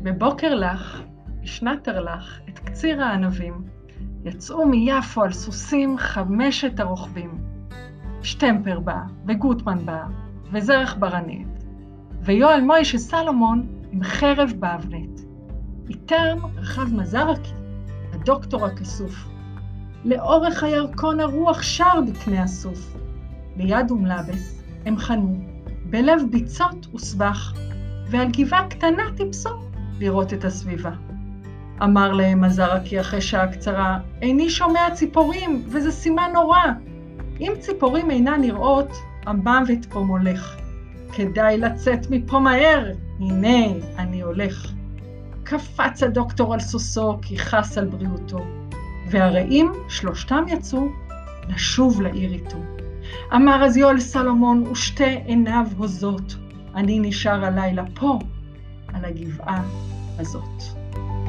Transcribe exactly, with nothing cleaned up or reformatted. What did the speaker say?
בבוקר לך, בשנת תרל"ח, את קציר הענבים, יצאו מיפו על סוסים חמשת הרוכבים. שטמפר בא, וגוטמן בא, וזרח ברנית, ויואל מוישה סלומון עם חרב באבנית. איתם רחב מזרקי, הדוקטור הכסוף. לאורך הירקון הרוח שר בקנה הסוף. ליד אומלבס הם חנו, בלב ביצות וסבך, ועל גבעה קטנה טיפסו לראות את הסביבה. אמר להם מזרקי אחרי שעה קצרה, איני שומע ציפורים, וזה סימן נורא. אם ציפורים אינה נראות, המוות פה מולך. כדאי לצאת מפה מהר, הנה אני הולך. קפץ הדוקטור על סוסו, כי חס על בריאותו, והרעים שלושתם יצאו לשוב לעיר איתו. אמר אז יואל סלומון ושתי עיניו הוזות, אני נשאר הלילה פה, על הגבעה הזאת.